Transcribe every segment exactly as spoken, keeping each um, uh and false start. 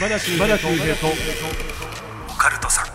島田秀平とオカルトさん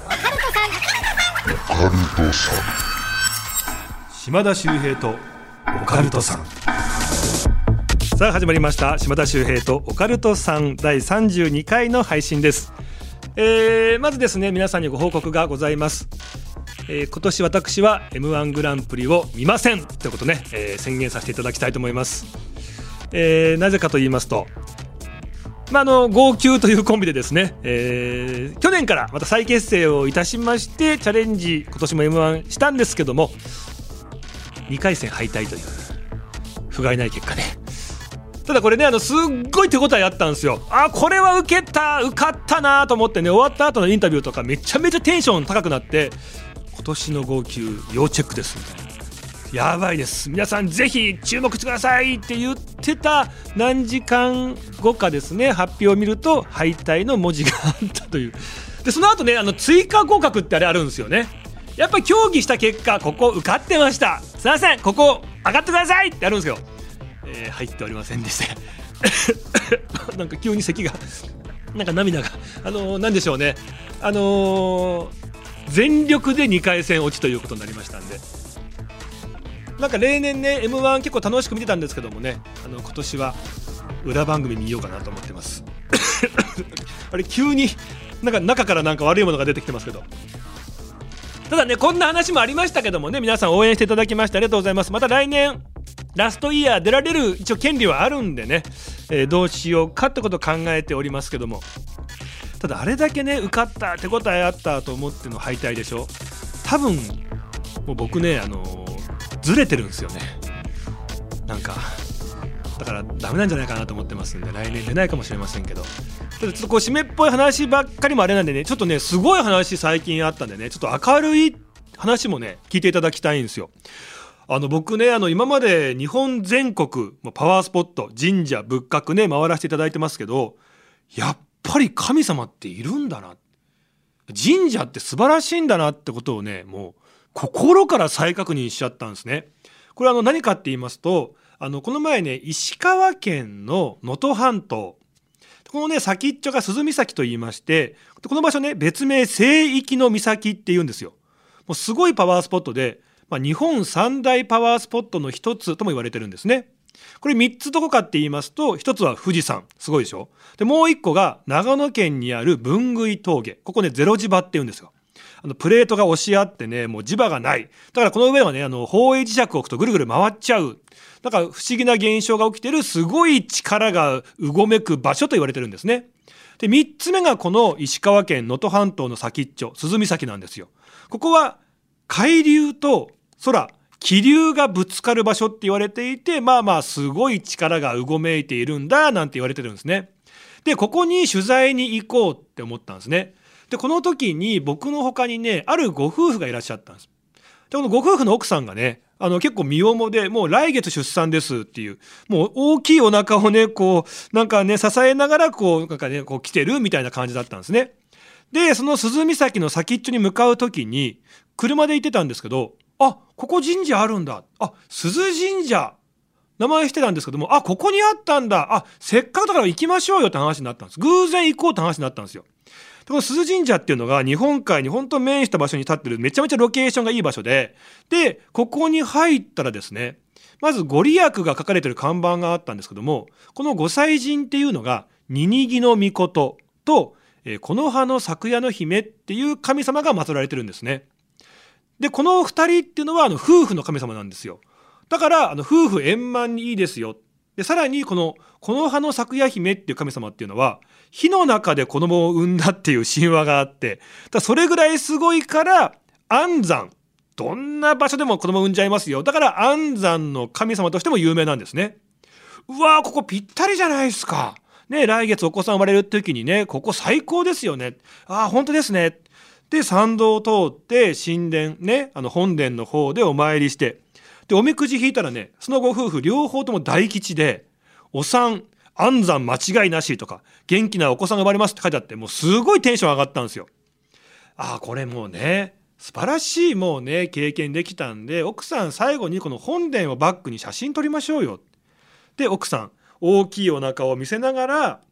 島田秀平とオカルトさん。さあ始まりました島田秀平とオカルトさんだいさんじゅうにかいの配信です。えー、まずですね、皆さんにご報告がございます。えー、今年私は エムワン グランプリを見ませんということね、えー、宣言させていただきたいと思います。えー、なぜかと言いますと、まあ、あの号泣というコンビでですね、えー、去年からまた再結成をいたしましてチャレンジ今年も エムワン したんですけども、にかい戦敗退という不甲斐ない結果ね。ただこれね、あのすっごい手応えあったんですよ。あ、これは受けた受かったなと思ってね、終わった後のインタビューとかめちゃめちゃテンション高くなって、今年の号泣要チェックですみたいな、やばいです、皆さんぜひ注目してくださいって言ってた何時間後かですね、発表を見ると敗退の文字があったという。でその後ね、あの追加合格ってあれあるんですよね。やっぱり協議した結果ここ受かってました、すいませんここ上がってくださいってあるんですよ。えー、入っておりませんでしたなんか急に咳がなんか涙があのー、なんでしょうね、あのー、全力でにかい戦落ちということになりましたんで、なんか例年ね エムワン 結構楽しく見てたんですけどもね、あの今年は裏番組見ようかなと思ってますあれ急になんか中からなんか悪いものが出てきてますけど、ただねこんな話もありましたけどもね、皆さん応援していただきましてありがとうございます。また来年ラストイヤー出られる一応権利はあるんでね、えー、どうしようかってことを考えておりますけども、ただあれだけね受かった手応えあったと思っての敗退でしょ。多分もう僕ね、あのー、ずれてるんですよね。なんかだからダメなんじゃないかなと思ってますんで、来年出ないかもしれませんけど、ただちょっとこう締めっぽい話ばっかりもあれなんでね、ちょっとねすごい話最近あったんでね、ちょっと明るい話もね聞いていただきたいんですよ。あの僕ね、あの今まで日本全国パワースポット神社仏閣ね回らせていただいてますけど、やっぱり神様っているんだな、神社って素晴らしいんだなってことをね、もう心から再確認しちゃったんですね。これあの何かって言いますと、あのこの前ね石川県の能登半島、このね先っちょが鈴岬と言いまして、この場所ね別名聖域の岬って言うんですよ。もうすごいパワースポットで、まあ、日本三大パワースポットの一つとも言われてるんですね。これみっつどこかって言いますと、一つは富士山、すごいでしょ。でもう一個が長野県にある分杭峠、ここねゼロ磁場って言うんですよ。あのプレートが押し合ってね、もう磁場がない。だからこの上はね、あの方位磁石を置くとぐるぐる回っちゃう。だから不思議な現象が起きてる、すごい力がうごめく場所と言われてるんですね。でみっつめがこの石川県能登半島の先っちょ鈴岬なんですよ。ここは海流と空気流がぶつかる場所って言われていて、まあまあすごい力がうごめいているんだなんて言われてるんですね。でここに取材に行こうって思ったんですね。でこの時に僕の他にねあるご夫婦がいらっしゃったんです。でこのご夫婦の奥さんがね、あの結構身重で、もう来月出産ですっていう、もう大きいお腹をねこうなんかね支えながらこうなんかねこう来てるみたいな感じだったんですね。でその鈴岬の先っちょに向かう時に車で行ってたんですけど、あ、ここ神社あるんだ、あ、鈴神社名前してたんですけども、あ、ここにあったんだ、あ、せっかくだから行きましょうよって話になったんです。偶然行こうって話になったんですよ。でこの鈴神社っていうのが日本海に本当面した場所に立ってるめちゃめちゃロケーションがいい場所で、でここに入ったらですね、まずご利益が書かれてる看板があったんですけども、このご祭神っていうのがニニギノミコトと、えー、この葉の咲夜の姫っていう神様が祀られてるんですね。でこのふたりっていうのはあの夫婦の神様なんですよ。だからあの夫婦円満にいいですよ。でさらにこのこの葉の咲夜姫っていう神様っていうのは火の中で子供を産んだっていう神話があって、だそれぐらいすごいから安産、どんな場所でも子供を産んじゃいますよ。だから安産の神様としても有名なんですね。うわー、ここぴったりじゃないですかね。来月お子さん生まれる時にね、ここ最高ですよね。あー本当ですね。で参道を通って神殿ね、あの本殿の方でお参りして、でおみくじ引いたらね、そのご夫婦両方とも大吉で、お産安産間違いなしとか、元気なお子さんが生まれますって書いてあって、もうすごいテンション上がったんですよ。ああこれもうね素晴らしいもうね経験できたんで、奥さん最後にこの本殿をバックに写真撮りましょうよ。で奥さん大きいお腹を見せながら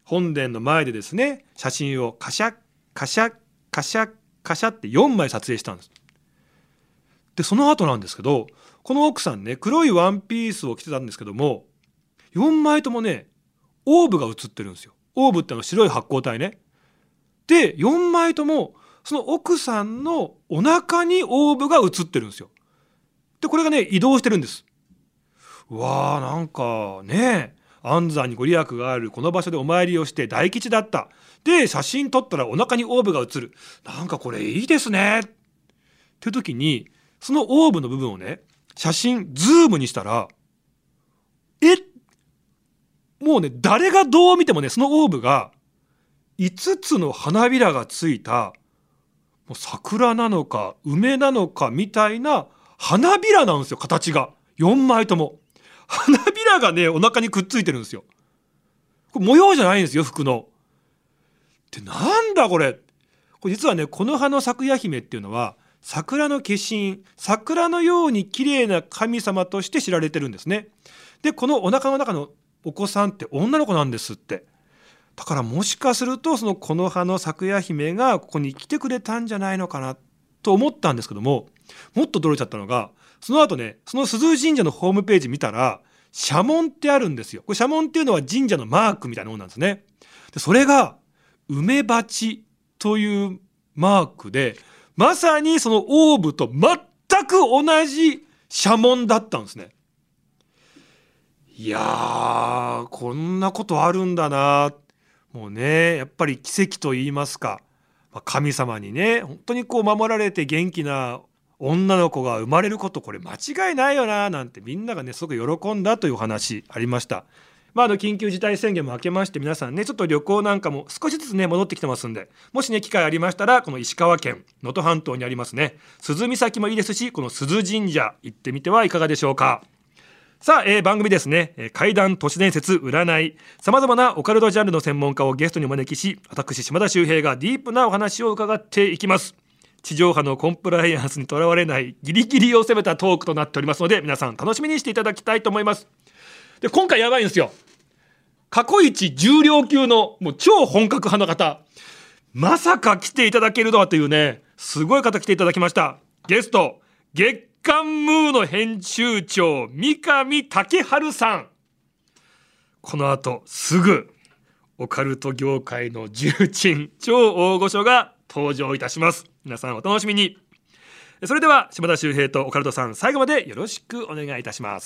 本殿の前でですね写真をカシャッカシャッカシャッカシャッってよんまい撮影したんです。でその後なんですけど、この奥さんね黒いワンピースを着てたんですけども、よんまいともねオーブが写ってるんですよ。オーブってのは白い発光体ね。でよんまいともその奥さんのお腹にオーブが映ってるんですよ。でこれがね移動してるんです。うわーなんかね安産にご利益があるこの場所でお参りをして大吉だった。で写真撮ったらお腹にオーブが映る。なんかこれいいですねっていう時に、そのオーブの部分をね写真ズームにしたら、えもうね誰がどう見てもねそのオーブがいつつの花びらがついたもう桜なのか梅なのかみたいな花びらなんですよ。形がよんまいとも花びらがねお腹にくっついてるんですよ。これ模様じゃないんですよ、服の。でなんだこれ。これ実はねこの葉の咲夜姫っていうのは桜の化身、桜のように綺麗な神様として知られてるんですね。でこのお腹の中のお子さんって女の子なんですって。だからもしかするとそのこの葉の咲夜姫がここに来てくれたんじゃないのかなと思ったんですけども、もっと驚いちゃったのがその後ねその鈴神社のホームページ見たら社紋ってあるんですよ。これ社紋っていうのは神社のマークみたいなものなんですね。でそれが梅鉢というマークで、まさにそのオーブと全く同じ社紋だったんですね。いやーこんなことあるんだな。もうねやっぱり奇跡と言いますか、神様にね本当にこう守られて元気な女の子が生まれること、これ間違いないよななんてみんながねすごく喜んだというお話ありました。まあ、あの緊急事態宣言も明けまして、皆さんねちょっと旅行なんかも少しずつね戻ってきてますんで、もしね機会ありましたらこの石川県能登半島にありますね鈴岬もいいですし、この鈴神社行ってみてはいかがでしょうか。さあ、えー、番組ですね、えー、怪談都市伝説占いさまざまなオカルトジャンルの専門家をゲストにお招きし、私島田秀平がディープなお話を伺っていきます。地上波のコンプライアンスにとらわれないギリギリを攻めたトークとなっておりますので、皆さん楽しみにしていただきたいと思います。で今回やばいんですよ。過去一重量級のもう超本格派の方、まさか来ていただけるのはというねすごい方来ていただきました。ゲスト月刊ムーの編集長三上竹春さん。この後すぐオカルト業界の重鎮超大御所が登場いたします。皆さんお楽しみに。それでは島田秀平とオカルトさん、最後までよろしくお願いいたします。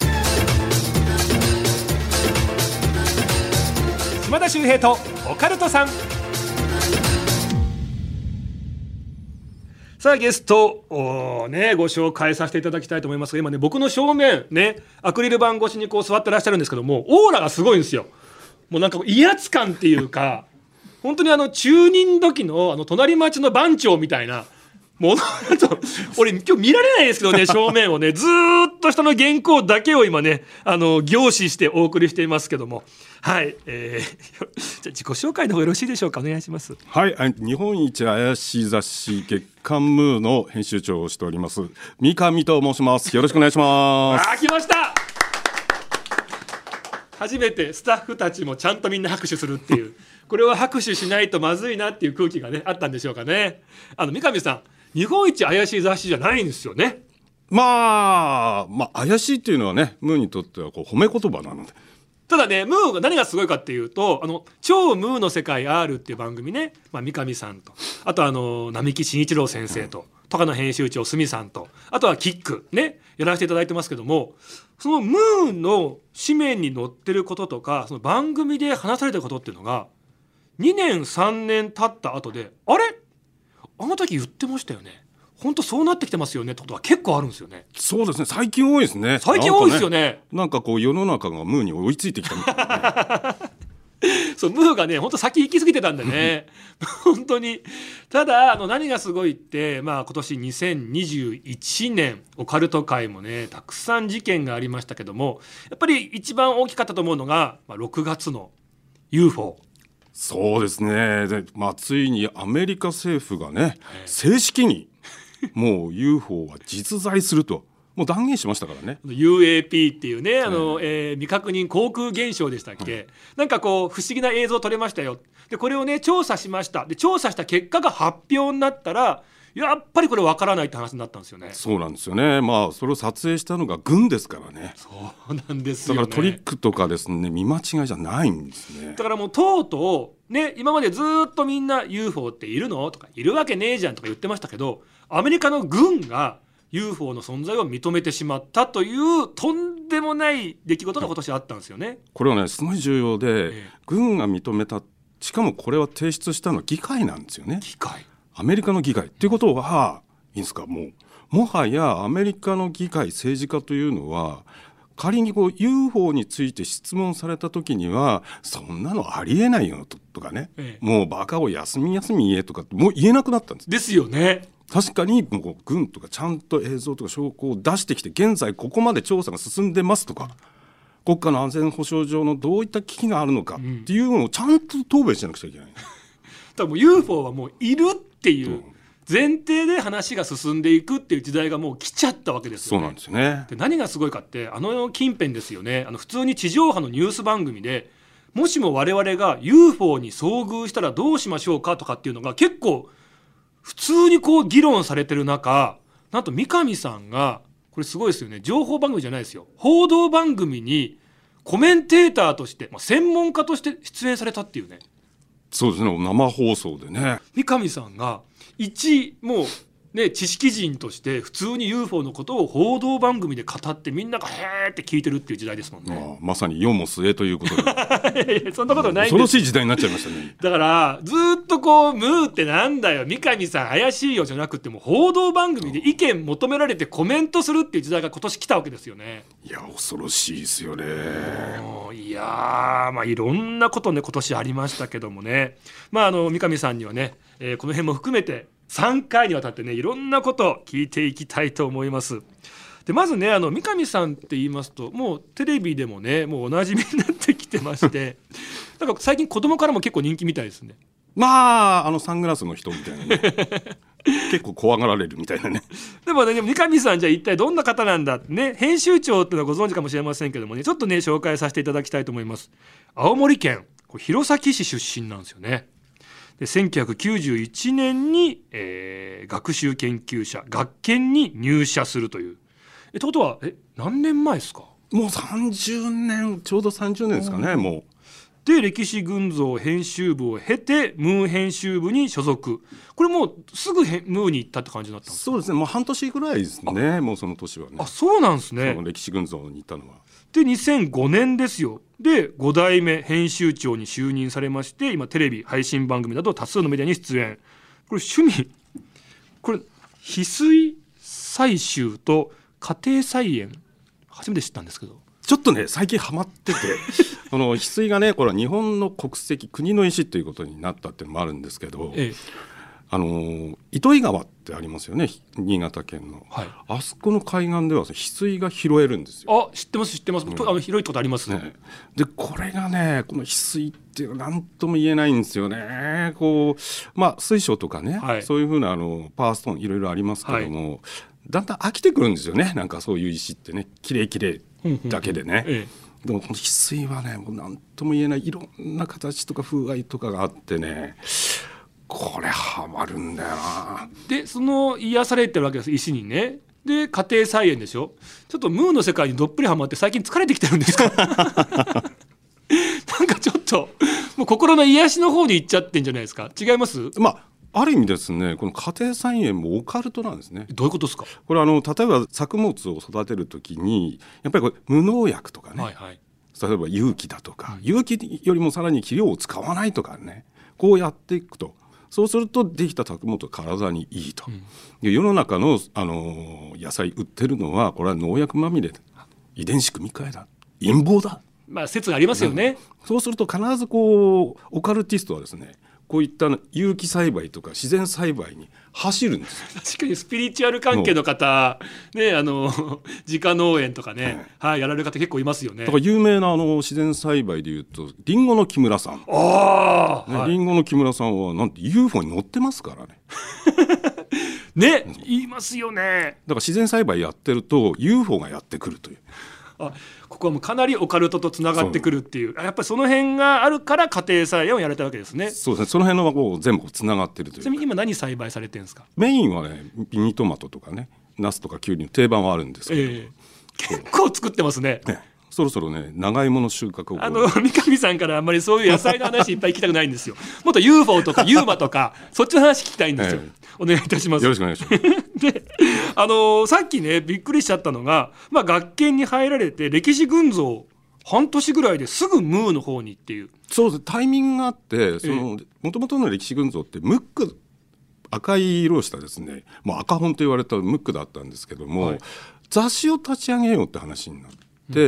島田秀平とオカルトさん。さあゲストを、ね、ご紹介させていただきたいと思いますが、今ね僕の正面ねアクリル板越しにこう座ってらっしゃるんですけども、オーラがすごいんですよ。もうなんか威圧感っていうか本当にあの中任時のあの隣町の番長みたいなものだと、俺今日見られないですけどね正面をねずーっと下の原稿だけを今ねあの凝視してお送りしていますけども、はい、えー、じゃあ自己紹介の方よろしいでしょうか。お願いします。 はい、日本一怪しい雑誌月刊ムーの編集長をしております三上と申します。よろしくお願いします。 あ、来ました。初めてスタッフたちもちゃんとみんな拍手するっていうこれは拍手しないとまずいなっていう空気がねあったんでしょうかね。あの三上さん、日本一怪しい雑誌じゃないんですよね。 まあ、まあ怪しいっていうのはねムーにとってはこう褒め言葉なので。 ただねムーが何がすごいかっていうと、あの超ムーの世界 R っていう番組ね、まあ、三上さんと、あとあの並木慎一郎先生と、とかの編集長角さんと、あとはキックねやらせていただいてますけども、そのムーの紙面に載ってることとかその番組で話されてることっていうのがにねんさんねん経った後で、あれあの時言ってましたよね、本当そうなってきてますよねってことは結構あるんですよね。 そうですね、最近多いですね。 最近多いですよね。 なんかこう世の中がムーに追いついてきたみたいな、ね、 そうムーがね本当先行き過ぎてたんでね本当に。ただあの何がすごいって、まあ、今年にせんにじゅういちねんオカルト界もねたくさん事件がありましたけども、やっぱり一番大きかったと思うのが、まあ、ろくがつの ユーフォー。 そうですね。で、まあ、ついにアメリカ政府がね正式にもう ユーフォー は実在するともう断言しましたからね。 ユーエーピー っていうねあの、えー、未確認航空現象でしたっけ、うん、なんかこう不思議な映像撮れましたよ。でこれをね調査しました。で調査した結果が発表になったらやっぱりこれ分からないって話になったんですよね。 そうなんですよね。まあそれを撮影したのが軍ですからね。 そうなんですよね。 だからトリックとかですね見間違いじゃないんですね。 だからもうとうとうね今までずっとみんな ユーフォー っているのとかいるわけねえじゃんとか言ってましたけど、アメリカの軍が ユーフォー の存在を認めてしまったというとんでもない出来事が今年あったんですよね。 これはねすごい重要で、ええ、軍が認めた、しかもこれは提出したのは議会なんですよね。 議会、 アメリカの議会っていうことはいいんですか。もうもはやアメリカの議会政治家というのは仮にこう ユーフォー について質問された時にはそんなのありえないよ と, とかね、ええ、もうバカを休み休み言えとかもう言えなくなったんです。 ですよね。 確かにもう軍とかちゃんと映像とか証拠を出してきて現在ここまで調査が進んでますとか、国家の安全保障上のどういった危機があるのかっていうのをちゃんと答弁しなくちゃいけない、うん、だからもう ユーフォー はもういるっていう前提で話が進んでいくっていう時代がもう来ちゃったわけですよね。 そうなんですよね。 で何がすごいかってあの近辺ですよね。あの普通に地上波のニュース番組でもしも我々が ユーフォー に遭遇したらどうしましょうかとかっていうのが結構普通にこう議論されてる中、なんと三上さんがこれすごいですよね。情報番組じゃないですよ、報道番組にコメンテーターとして、まあ、専門家として出演されたっていうね。 そうですね、生放送でね三上さんが一もうね知識人として普通に ユーフォー のことを報道番組で語ってみんながへーって聞いてるっていう時代ですもんね。 ああまさに世も末ということでいやそんなことないんです。 恐ろしい時代になっちゃいましたね。 だからずっとこうムーってなんだよ三上さん怪しいよじゃなくても報道番組で意見求められてコメントするっていう時代が今年来たわけですよね。 いや恐ろしいですよね。 いやー、まあ、いろんなことね今年ありましたけどもね、まあ、あの三上さんにはね、えー、この辺も含めてさんかいにわたってねいろんなことを聞いていきたいと思います。でまずねあの三上さんって言いますともうテレビでもねもうおなじみになってきてましてなんか最近子供からも結構人気みたいですね。 まああのサングラスの人みたいな、ね、結構怖がられるみたいなね。 でもねでも三上さんじゃあ一体どんな方なんだってね、編集長っていうのはご存知かもしれませんけどもねちょっとね紹介させていただきたいと思います。青森県弘前市出身なんですよね。でせんきゅうひゃくきゅうじゅういちねんに、えー、学習研究者学研に入社するという。えってことはえ何年前ですか。 もうさんじゅうねんちょうどさんじゅうねんですかね。もうで歴史群像編集部を経てムー編集部に所属。これもうすぐムーに行ったって感じになったんですか。 そうですねもう半年ぐらいですね。もうその年はね。 あそうなんですね。 その歴史群像に行ったのはでにせんごねんですよ。でご代目編集長に就任されまして今テレビ配信番組など多数のメディアに出演。これ趣味これ翡翠採集と家庭菜園初めて知ったんですけどちょっとね最近ハマっててこの翡翠がねこれは日本の国石国の石ということになったっていうのもあるんですけど、ええ、あの糸魚川ってありますよね新潟県の、はい、あそこの海岸では翡翠が拾えるんですよ。 あ知ってます知ってます、うん、あの広いところありますね。 でこれがねこの翡翠って何とも言えないんですよね。こうまあ水晶とかね、はい、そういう風なあのパワーストーンいろいろありますけども、はい、だんだん飽きてくるんですよね。なんかそういう石ってねきれいきれいだけでね、ええ、でもこの翡翠はねもう何とも言えないいろんな形とか風合いとかがあってねこれハマるんだよな。でその癒されてるわけです石にね。で家庭菜園でしょ。ちょっとムーの世界にどっぷりハマって最近疲れてきてるんですかなんかちょっともう心の癒しの方に行っちゃってんじゃないですか。違います。 まあある意味ですねこの家庭菜園もオカルトなんですね。 どういうことですか。 これあの例えば作物を育てるときにやっぱりこれ無農薬とかね、はいはい、例えば有機だとか、うん、有機よりもさらに肥料を使わないとかねこうやっていくとそうするとできた作物は体にいいと、うん、で世の中の、あのー、野菜売ってるのはこれは農薬まみれで遺伝子組み換えだ陰謀だ、 まあ、説がありますよね、 うん、そうすると必ずこうオカルティストはですねこういった有機栽培とか自然栽培に走るんですよ。 確かにスピリチュアル関係の方、ね、あの自家農園とかね、はいはい、やられる方結構いますよね。 だから有名なあの自然栽培でいうとリンゴの木村さん。 あ、 ねはい、リンゴの木村さんはなんて ユーフォー に乗ってますからねね、言いますよね。 だから自然栽培やってると ユーフォー がやってくるという。 あ、ここはもうかなりオカルトとつながってくるっていう、やっぱりその辺があるから家庭菜園をやれたわけですね。 そうですね、その辺のはこう全部つながってるという。 ちなみに今何栽培されてるんですか？ メインはね、ミニトマトとかね、ナスとかキュウリの定番はあるんですけど、えー、 結構作ってますね。 ね、そろそろね、長芋の収穫を。 あの三上さんからあんまりそういう野菜の話いっぱい聞きたくないんですよ。もっと ユーフォー とかユーマとかそっちの話聞きたいんですよ、えー、お願いいたします。 よろしくお願いしますで、あのー、さっきねびっくりしちゃったのが、まあ、学研に入られて歴史群像半年ぐらいですぐムーの方にっていう。 そうです、タイミングがあって、もともとの歴史群像ってムック、赤い色をしたですね、もう赤本と言われたムックだったんですけども、はい、雑誌を立ち上げようって話になって、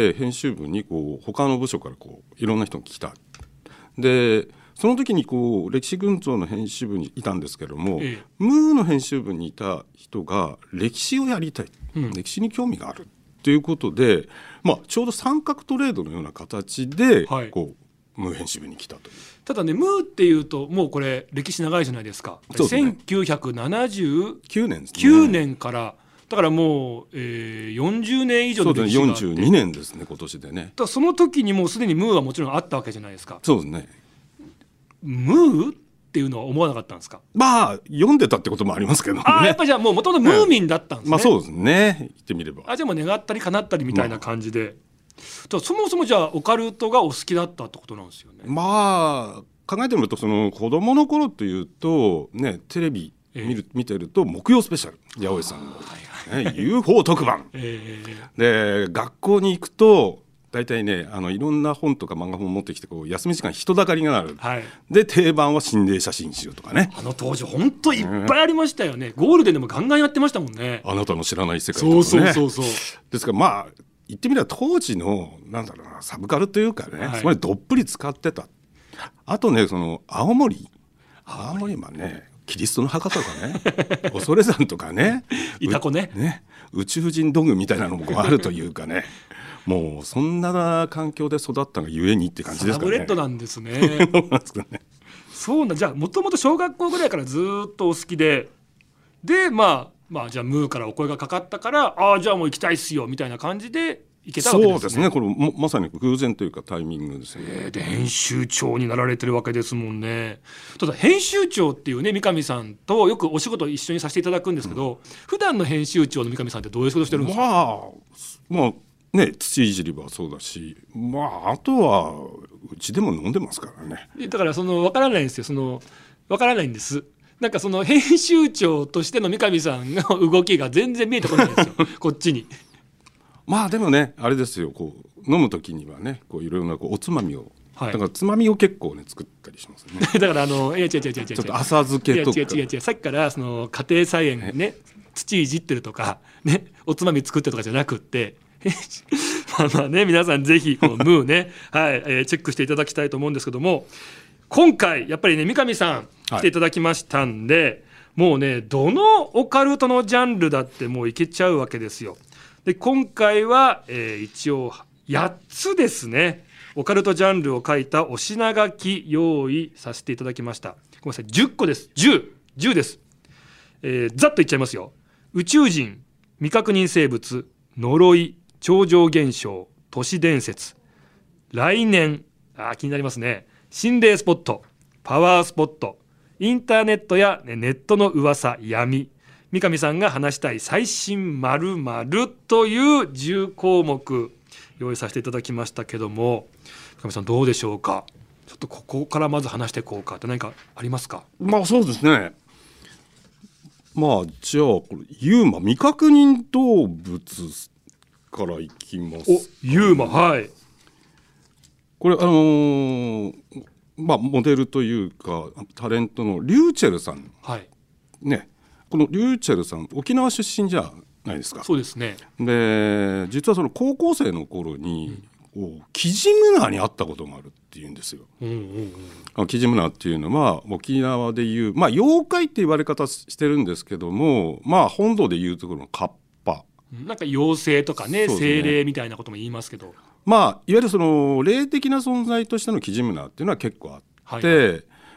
うん、編集部にこう他の部署からこういろんな人が来た。でその時にこう歴史群像の編集部にいたんですけども、ええ、ムーの編集部にいた人が歴史をやりたい、うん、歴史に興味があるということで、まあ、ちょうど三角トレードのような形で、はい、こうムー編集部に来たという。ただね、ムーっていうともうこれ歴史長いじゃないですか。ですね、せんきゅうひゃくななじゅうきゅうねんですね。きゅうねんからだからもう、えー、よんじゅうねん以上の歴史があって、 そうですね、よんじゅうにねんですね今年でね。 だその時にもうすでにムーはもちろんあったわけじゃないですか。 そうですね。 ムーっていうのは思わなかったんですか？まあ読んでたってこともありますけどね。 あ、やっぱりじゃあもう元々ムーミンだったんですね。 まあそうですね、言ってみれば。 あ、じゃあもう願ったり叶ったりみたいな感じで、まあ、そもそもじゃあオカルトがお好きだったってことなんですよね。 まあ考えてみると、その子供の頃というとね、テレビ見る、えー、見てると木曜スペシャル、八百屋さんの、はいはい、ね、ユーフォー 特番、えー、で学校に行くと大体ね、あのいろんな本とか漫画本持ってきてこう休み時間人だかりがなる、はい、で定番は心霊写真集とかね。 あの当時本当いっぱいありましたよね、ゴールデンでもガンガンやってましたもんね。 あなたの知らない世界とかね。 そうそうそうそう。 ですからまあ言ってみれば当時のなんだろうな、サブカルというかね、はい、つまりどっぷり使ってた。あとね、その青森青森はね、キリストの墓とかね恐山とかねいた子 ね, ね宇宙人道具みたいなのもあるというかねもうそんな環境で育ったがゆえにって感じですかね。 サラブレッドなんですね。そうなん、じゃあもともと小学校ぐらいからずっとお好きで、でまあまあじゃあムーからお声がかかったから、ああじゃあもう行きたいっすよみたいな感じで行けたわけですね。 そうですね、これ ま, まさに偶然というかタイミングですね。 えー、で編集長になられてるわけですもんね。ただ編集長っていうね、三上さんとよくお仕事一緒にさせていただくんですけど、うん、普段の編集長の三上さんってどういう仕事してるんですか？ まあまあね、土いじりはそうだし、まああとはうちでも飲んでますからね。 だからその分からないんですよ、その分からないんです。なんかその編集長としての三上さんの動きが全然見えてこないんですよこっちに。まあでもね、あれですよ、こう飲む時にはね、こういろいろなこうおつまみを、はい、だからつまみを結構ね作ったりしますね。 だからあのいや違う違う違う違う、ちょっと浅漬けとか、 いや違う違う違う、さっきからその家庭菜園ね、土いじってるとかね、おつまみ作ってるとかじゃなくってまあまあね、皆さんぜひこのムーね、はい、えー、チェックしていただきたいと思うんですけども、今回やっぱりね三上さん来ていただきましたんで、はい、もうねどのオカルトのジャンルだってもういけちゃうわけですよ。で今回は、えー、一応やっつですね、オカルトジャンルを書いたお品書き用意させていただきました。ごめんなさい、じゅっこです。じゅう、じゅうです、えー、ざっと言っちゃいますよ。宇宙人、未確認生物、呪い、超常現象、都市伝説、来年、あ気になりますね、心霊スポット、パワースポット、インターネットやネットの噂、闇、三上さんが話したい最新〇〇というじゅうこうもく用意させていただきましたけども、三上さんどうでしょうか。ちょっとここからまず話していこうかって何かありますか？ まあそうですね、まあじゃあこれユーマ未確認動物からいきます。 おユーマ、はい、 これあのー、まあモデルというかタレントのリューチェルさん、 はいね、このリューチェルさん沖縄出身じゃないですか。 そうですね。 で実はその高校生の頃に、うん、キジムナーに会ったことがあるっていうんですよ、うんうんうん、キジムナーっていうのは沖縄でいう、まあ、妖怪って言われ方してるんですけども、まあ、本土でいうところのカッパ、 なんか妖精とか ね, ね精霊みたいなことも言いますけど、 まあ、いわゆるその霊的な存在としてのキジムナーっていうのは結構あって、はいはい、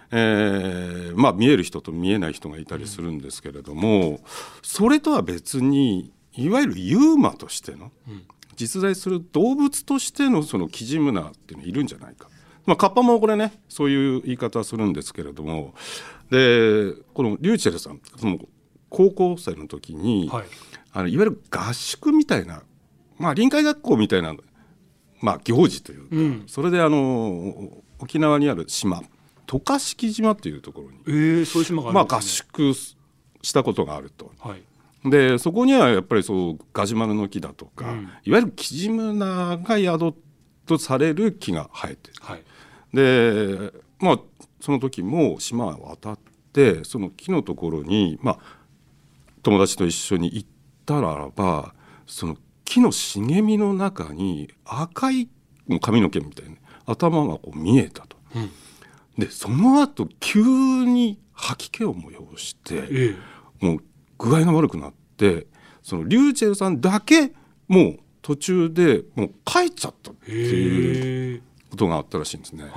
えーまあ、見える人と見えない人がいたりするんですけれども、うん、それとは別にいわゆるユーマとしての、うん、実在する動物としてのそのキジムナーっていうのがいるんじゃないか、まあ、カッパもこれねそういう言い方はするんですけれども、でこのリューチェルさんその高校生の時に、はい、あのいわゆる合宿みたいな、まあ、臨海学校みたいな、まあ、行事というか、うん、それであの沖縄にある島渡嘉敷島というところに、 えー、そういう島があるんですね。 まあ、合宿したことがあると、 はい、 でそこにはやっぱりそうガジュマルの木だとか、うん、いわゆるキジムナーが宿とされる木が生えてる、はい、でまあその時も島を渡ってその木のところに、まあ、友達と一緒に行ったらばその木の茂みの中に赤い髪の毛みたいな頭がこう見えたと、うん、でその後急に吐き気を催して、ええ、もう具合が悪くなってそのリューチェルさんだけもう途中でもう帰っちゃったっていうことがあったらしいんですね、はい、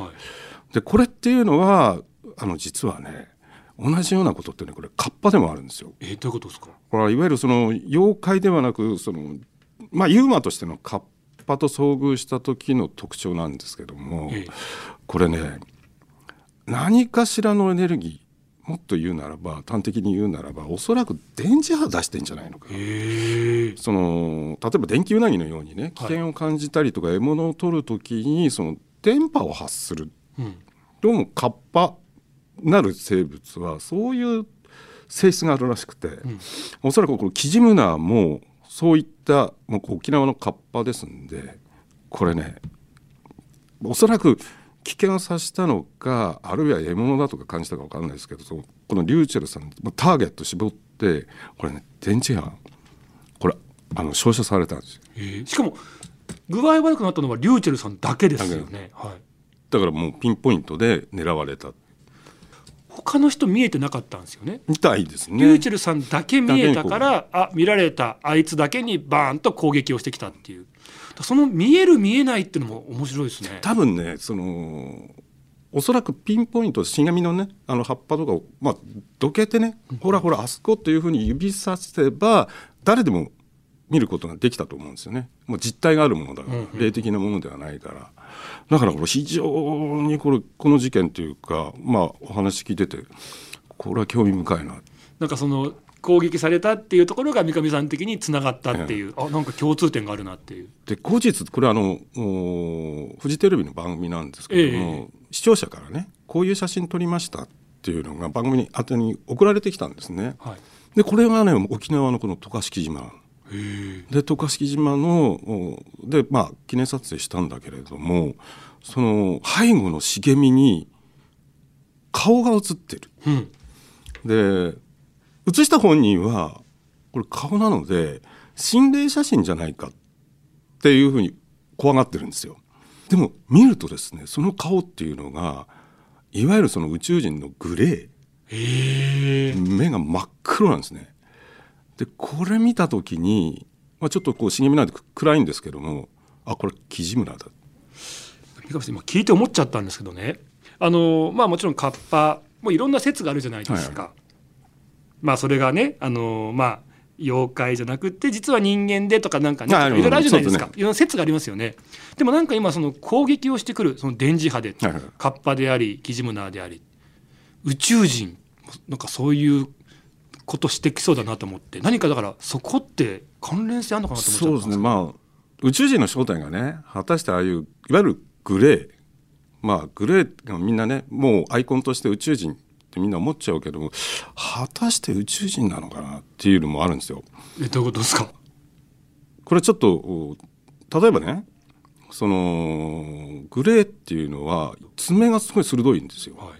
でこれっていうのはあの実はね同じようなことってねこれカッパでもあるんですよ。 えー、どういうことですか。 これはいわゆるその妖怪ではなくその、まあ、ユーマとしてのカッパと遭遇した時の特徴なんですけども、えー、これね何かしらのエネルギーもっと言うならば端的に言うならばおそらく電磁波出してんじゃないのかな。 へその例えば電気ウナギのようにね危険を感じたりとか獲物を取るときにその電波を発する、うん、どうもカッパなる生物はそういう性質があるらしくて、うん、おそらくこのキジムナーもそういったもう沖縄のカッパですんでこれねおそらく危険を察したのかあるいは獲物だとか感じたか分からないですけどそのこのリューチェルさんターゲット絞ってこれね電磁波これあの照射されたんですよ。 えー、しかも具合悪くなったのはリューチェルさんだけですよね、はい、 だからもうピンポイントで狙われた。 他の人見えてなかったんですよね。 みたいですね。 リューチェルさんだけ見えたからあ見られたあいつだけにバーンと攻撃をしてきたっていうその見える見えないっていうのも面白いですね。 多分ねそのおそらくピンポイントしがみのねあの葉っぱとかを、まあ、どけてね、うん、ほらほらあそこっていうふうに指させば誰でも見ることができたと思うんですよね。もう実体があるものだから、うんうん、霊的なものではないからだからこれ非常にこれこの事件というか、まあ、お話聞いててこれは興味深いな。 なんかその攻撃されたっていうところが三上さん的につながったっていう、ええ、あなんか共通点があるなっていう。 で後日これはあのフジテレビの番組なんですけども、ええ、視聴者からねこういう写真撮りましたっていうのが番組に宛てに送られてきたんですね、はい、でこれがね沖縄のこの渡嘉敷島で渡嘉敷島ので、まあ、記念撮影したんだけれどもその背後の茂みに顔が写ってる、うん、で写した本人はこれ顔なので心霊写真じゃないかっていうふうに怖がってるんですよ。でも見るとですねその顔っていうのがいわゆるその宇宙人のグレー、へー、目が真っ黒なんですね。でこれ見た時に、まあ、ちょっとこう茂みなんで暗いんですけどもあこれキジムナーだ。 三上さん今聞いて思っちゃったんですけどねあの、まあ、もちろんカッパもういろんな説があるじゃないですか、はいはい、まあ、それがねあの、まあ、妖怪じゃなくって実は人間でとかなんかねいろいろあるじゃないですか、ね、いろんな説がありますよね。でもなんか今その攻撃をしてくるその電磁波で、はいはい、カッパでありキジムナーであり宇宙人なんかそういうことしてきそうだなと思って何かだからそこって関連性あるのかなと思っちゃったんですけど。 そうですね、まあ、宇宙人の正体がね果たしてああいういわゆるグレー、まあ、グレーがみんなねもうアイコンとして宇宙人ってみんな思っちゃうけども果たして宇宙人なのかなっていうのもあるんですよ。 えどういうことですか。 これちょっと例えばねそのグレーっていうのは爪がすごい鋭いんですよ、はい、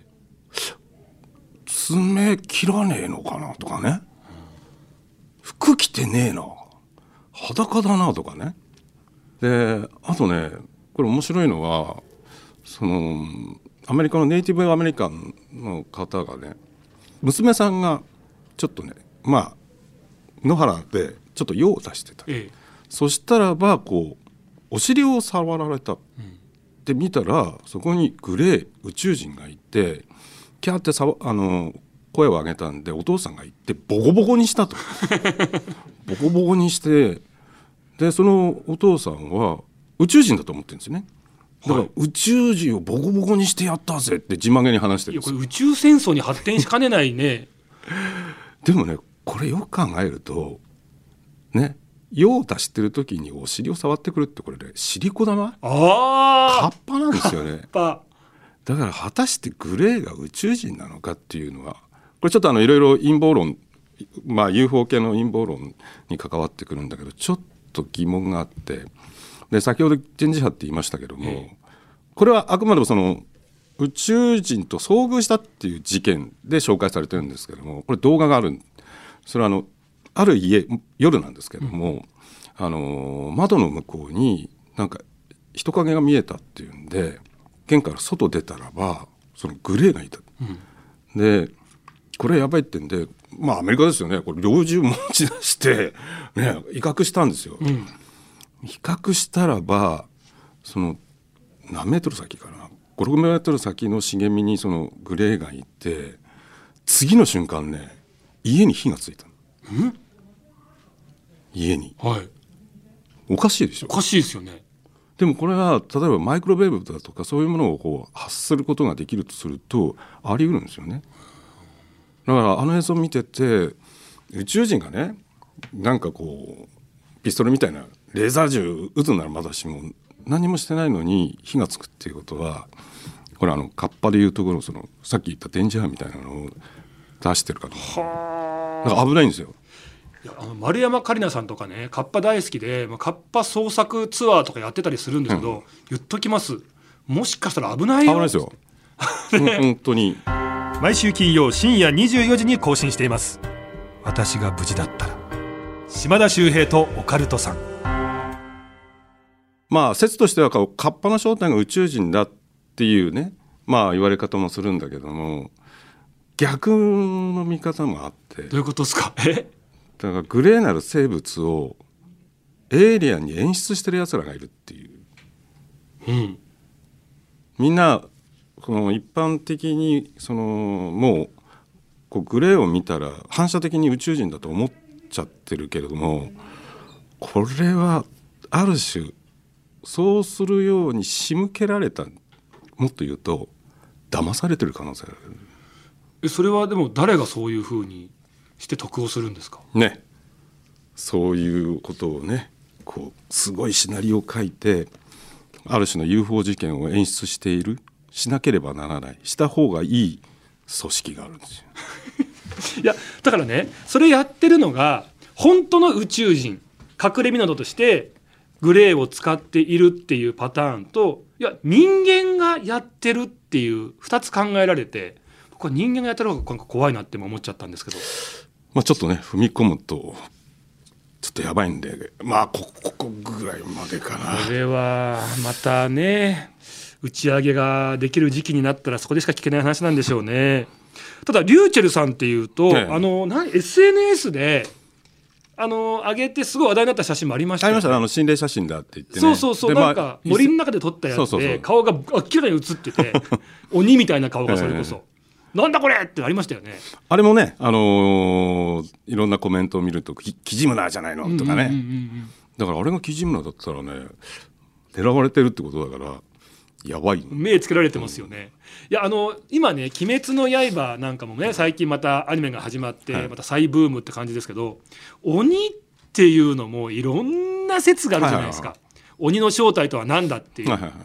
爪切らねえのかなとかね、服着てねえな裸だなとかね。であとねこれ面白いのはそのアメリカのネイティブアメリカンの方がね娘さんがちょっとねまあ野原でちょっと用を出してた、ええ、そしたらばこうお尻を触られた、うん、で見たらそこにグレー宇宙人がいてキャーってさあの声を上げたんでお父さんが行ってボコボコにしたとボコボコにして、でそのお父さんは宇宙人だと思ってるんですよね。だから宇宙人をボコボコにしてやったぜって自慢げに話してるんですよ。 いやこれ宇宙戦争に発展しかねないねでもねこれよく考えるとね、用を足してる時にお尻を触ってくるってこれね尻子玉あカッパなんですよね。 カッパだから果たしてグレーが宇宙人なのかっていうのはこれちょっとあのいろいろ陰謀論、まあ ユーフォー 系の陰謀論に関わってくるんだけどちょっと疑問があって、で先ほど電磁波って言いましたけども、ええ、これはあくまでもその宇宙人と遭遇したっていう事件で紹介されてるんですけども、これ動画がある。それはあのある家夜なんですけども、うん、あの窓の向こうになんか人影が見えたっていうんで玄関から外出たらばそのグレーがいた、うん、でこれやばいってんで、まあアメリカですよね、これ猟銃持ち出して、ね、威嚇したんですよ、うん、威嚇したらばその何メートル先かなご、ろくメートル先の茂みにそのグレーがいて、次の瞬間ね家に火がついたの。ん家に、はい、おかしいでしょ。 おかしいですよね。 でもこれは例えばマイクロウェーブだとかそういうものをこう発することができるとするとあり得るんですよね。だからあの映像を見てて宇宙人がねなんかこうピストルみたいなレーザー銃撃つならまだしも何もしてないのに火がつくっていうことはこれあのカッパでいうところそのさっき言った電磁波みたいなのを出してるかとかだから危ないんですよ。 いやあの丸山桂里奈さんとかねカッパ大好きで、まあ、カッパ創作ツアーとかやってたりするんですけど、うん、言っときます、もしかしたら危ないよ。 危ないですよね、本当に。 毎週金曜深夜にじゅうよじに更新しています。私が無事だったら。島田秀平とオカルトさん。 まあ説としてはカッパの正体が宇宙人だっていうねまあ言われ方もするんだけども逆の見方もあって。 どういうことですか。えだからグレーなる生物をエイリアンに演出してるやつらがいるっていう、うん、みんなこの一般的にそのもうこうグレーを見たら反射的に宇宙人だと思っちゃってるけれどもこれはある種そうするように仕向けられた、もっと言うと騙されてる可能性がある。 えそれはでも誰がそういうふうにして得をするんですかね。そういうことをねこうすごいシナリオを書いてある種の ユーフォー 事件を演出している、しなければならない、した方がいい組織があるんですよいやだからねそれやってるのが本当の宇宙人隠れ蓑としてグレーを使っているっていうパターンと、いや人間がやってるっていうふたつ考えられて、僕は人間がやってる方が怖いなって思っちゃったんですけど、 まあ、ちょっとね踏み込むとちょっとやばいんでまあ こ, ここぐらいまでかな。 これはまたね打ち上げができる時期になったらそこでしか聞けない話なんでしょうね。ただリューチェルさんっていうと、ね、あのな エスエヌエス であの上げてすごい話題になった写真もありましたよね。 ありましたね、あの心霊写真だって言ってね。 そうそうそう、なんか森の中で撮ったやつでそうそうそう顔が明らかに写ってて鬼みたいな顔がそれこそなんだこれってありましたよね。 あれもね、あのー、いろんなコメントを見るとキジムナーじゃないのとかね、うんうんうんうん、だからあれがキジムナーだったらね狙われてるってことだからやばい、 目つけられてますよね、うん、いやあの今ね鬼滅の刃なんかもね最近またアニメが始まって、はい、また再ブームって感じですけど、鬼っていうのもいろんな説があるじゃないですか、はいはいはい、鬼の正体とは何だっていう、はいはいはい、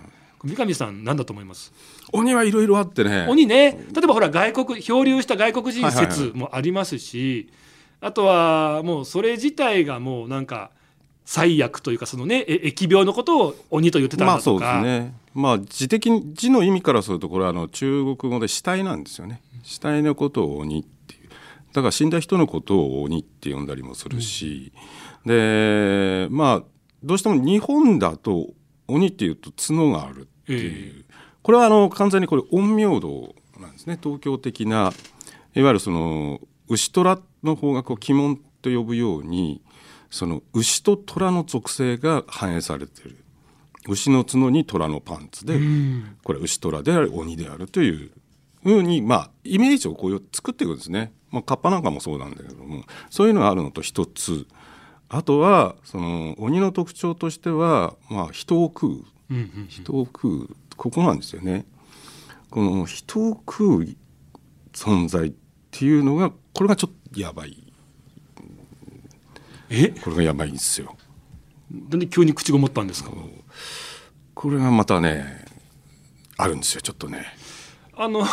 三上さん何だと思います？ 鬼はいろいろあってね、 鬼ね、例えばほら外国漂流した外国人説もありますし、はいはいはい、あとはもうそれ自体がもうなんか災悪というかそのね疫病のことを鬼と言ってたんだとか、 まあそうですね、まあ字的に字の意味からするとこれはあの中国語で死体なんですよね。死体のことを鬼っていう、だから死んだ人のことを鬼って呼んだりもするし、うん、でまあどうしても日本だと鬼っていうと角があるっていう、えー、これはあの完全にこれ陰陽道なんですね。東京的ないわゆるその牛虎の方角を鬼門と呼ぶようにその牛と虎の属性が反映されている。牛の角に虎のパンツで、これ牛虎である鬼であるというふうに、まあ、イメージをこう作っていくんですね。まあ、カッパなんかもそうなんだけども、そういうのがあるのと一つ、あとはその鬼の特徴としては、まあ、人を食う、うんうんうん、人を食う、ここなんですよね。この人を食う存在っていうのが、これがちょっとやばい。 えこれがやばいんですよ。 なんで急に口ごもったんですか。 これがまたねあるんですよ、ちょっとね。 あの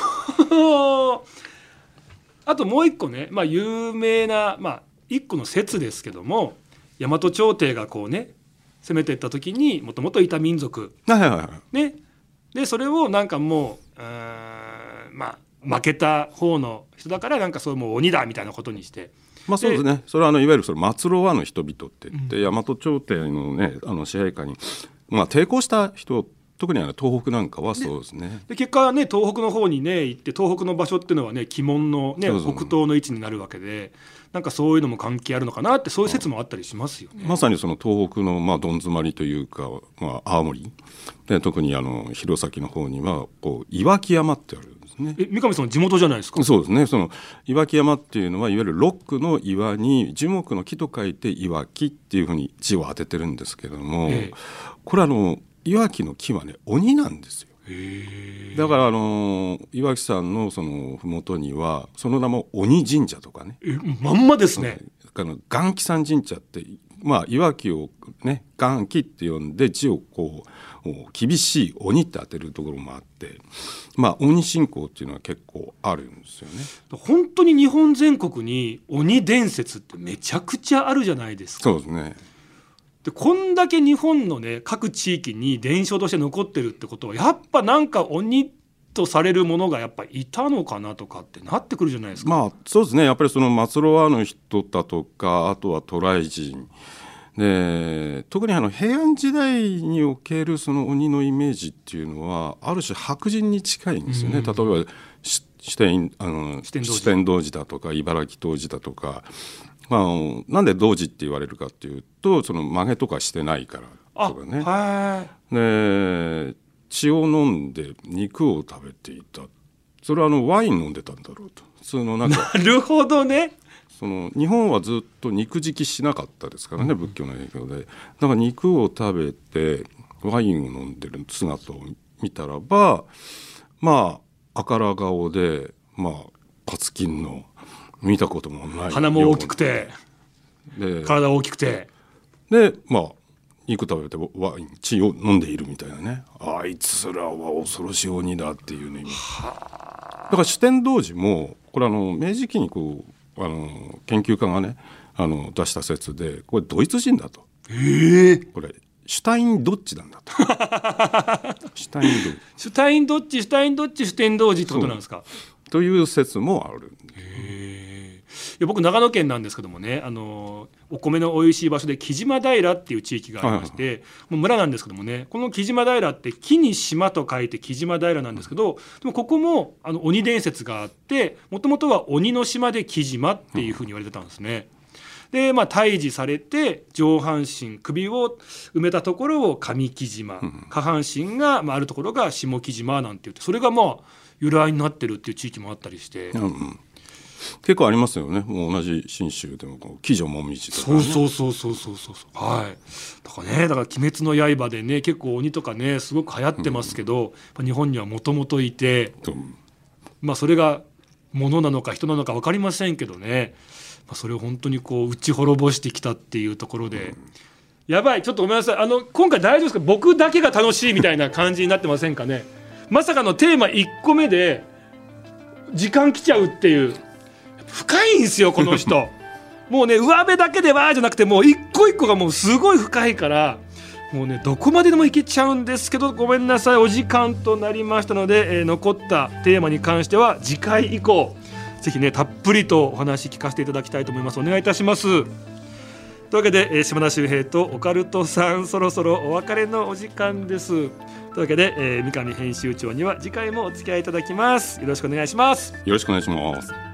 あともう一個ね、まあ、有名な、まあ、一個の説ですけども、大和朝廷がこうね攻めていった時にもともといた民族、 はいはいはい、 ね、でそれをなんかもう、うーん、まあ、負けた方の人だからなんかそういうもう鬼だみたいなことにして、 まあそうですね、それはあのいわゆるその末路和の人々って言って、うん、大和朝廷のねあの支配下に、まあ、抵抗した人、特にあの東北なんかはそうですね。 で、で結果はね東北の方にね行って、東北の場所っていうのはね鬼門のね北東の位置になるわけで、なんかそういうのも関係あるのかなって、そういう説もあったりしますよね。 まさにその東北のまあどん詰まりというか、まあ、青森で特にあの弘前の方にはこう岩木山ってあるんですね。 え、三上さんの地元じゃないですか。 そうですね。その岩木山っていうのはいわゆる六区の岩に樹木の木と書いて岩木っていうふうに字を当ててるんですけども、ええ、これあの岩木の木はね鬼なんですよ。へだからあの岩木山のその麓にはその名も鬼神社とかね、 えまんまですね。 あの元木山神社って、まあ、岩木をね元木って呼んで字をこう厳しい鬼って当てるところもあって、まあ、鬼信仰っていうのは結構あるんですよね。 本当に日本全国に鬼伝説ってめちゃくちゃあるじゃないですか。 そうですね。 でこんだけ日本のね各地域に伝承として残ってるってことは、やっぱなんか鬼とされるものがやっぱいたのかなとかってなってくるじゃないですか。 まあそうですね。やっぱりその末路和の人だとか、あとは渡来人で、特にあの平安時代におけるその鬼のイメージっていうのはある種白人に近いんですよね。例えば四天あの四天童子だとか茨城童子だとか、まあ、なんで童子って言われるかっていうと、その曲げとかしてないからとかね。 はい。 で血を飲んで肉を食べていた。それはあのワイン飲んでたんだろうと。普通のなんかなるほどね。 その日本はずっと肉食きしなかったですからね、仏教の影響で。だから肉を食べてワインを飲んでる姿を見たらば、まあ赤ら顔で、まあパツキンの見たこともない、 鼻も大きくてで体大きくてで、まあ肉食べてワイン血を飲んでいるみたいなね。あいつらは恐ろしい鬼だっていうね。だから四天童子もこれあの明治期にこうあの研究家がねあの出した説で、これドイツ人だと。 えー、 これシュタインどっちなんだと。シュタインどっちシュタインどっちシュタインどっち四天童子ってことなんですか。 という説もある。 へいや僕長野県なんですけどもね、あのお米のおいしい場所で木島平っていう地域がありまして、はいはい、もう村なんですけどもね、この木島平って木に島と書いて木島平なんですけど、でもここもあの鬼伝説があって、もともとは鬼の島で木島っていうふうに言われてたんですね。でまあ、退治されて上半身首を埋めたところを上木島、下半身が、まあ、あるところが下木島なんて言って、それがまあ由来になってるっていう地域もあったりして、 うんうん、結構ありますよね。もう同じ信州でもこう鬼女もみじとか、ね、 そうそうそうそうそうそう、はい、だからね、だから鬼滅の刃でね結構鬼とかねすごく流行ってますけど、うん、日本にはもともといて、うん、まあそれが物なのか人なのか分かりませんけどね、まあ、それを本当にこう打ち滅ぼしてきたっていうところで、うん、やばい、ちょっとごめんなさい、あの今回大丈夫ですか、僕だけが楽しいみたいな感じになってませんかね。まさかのテーマいっこめで時間来ちゃうっていう、深いんですよこの人。もうね上辺だけではじゃなくて、もう一個一個がもうすごい深いから、もうねどこまででもいけちゃうんですけど、ごめんなさい、お時間となりましたので、えー、残ったテーマに関しては次回以降ぜひねたっぷりとお話聞かせていただきたいと思います。お願いいたします。というわけで、えー、島田秀平とオカルトさん、そろそろお別れのお時間です。というわけで、えー、三上編集長には次回もお付き合いいただきます。よろしくお願いします。 よろしくお願いします。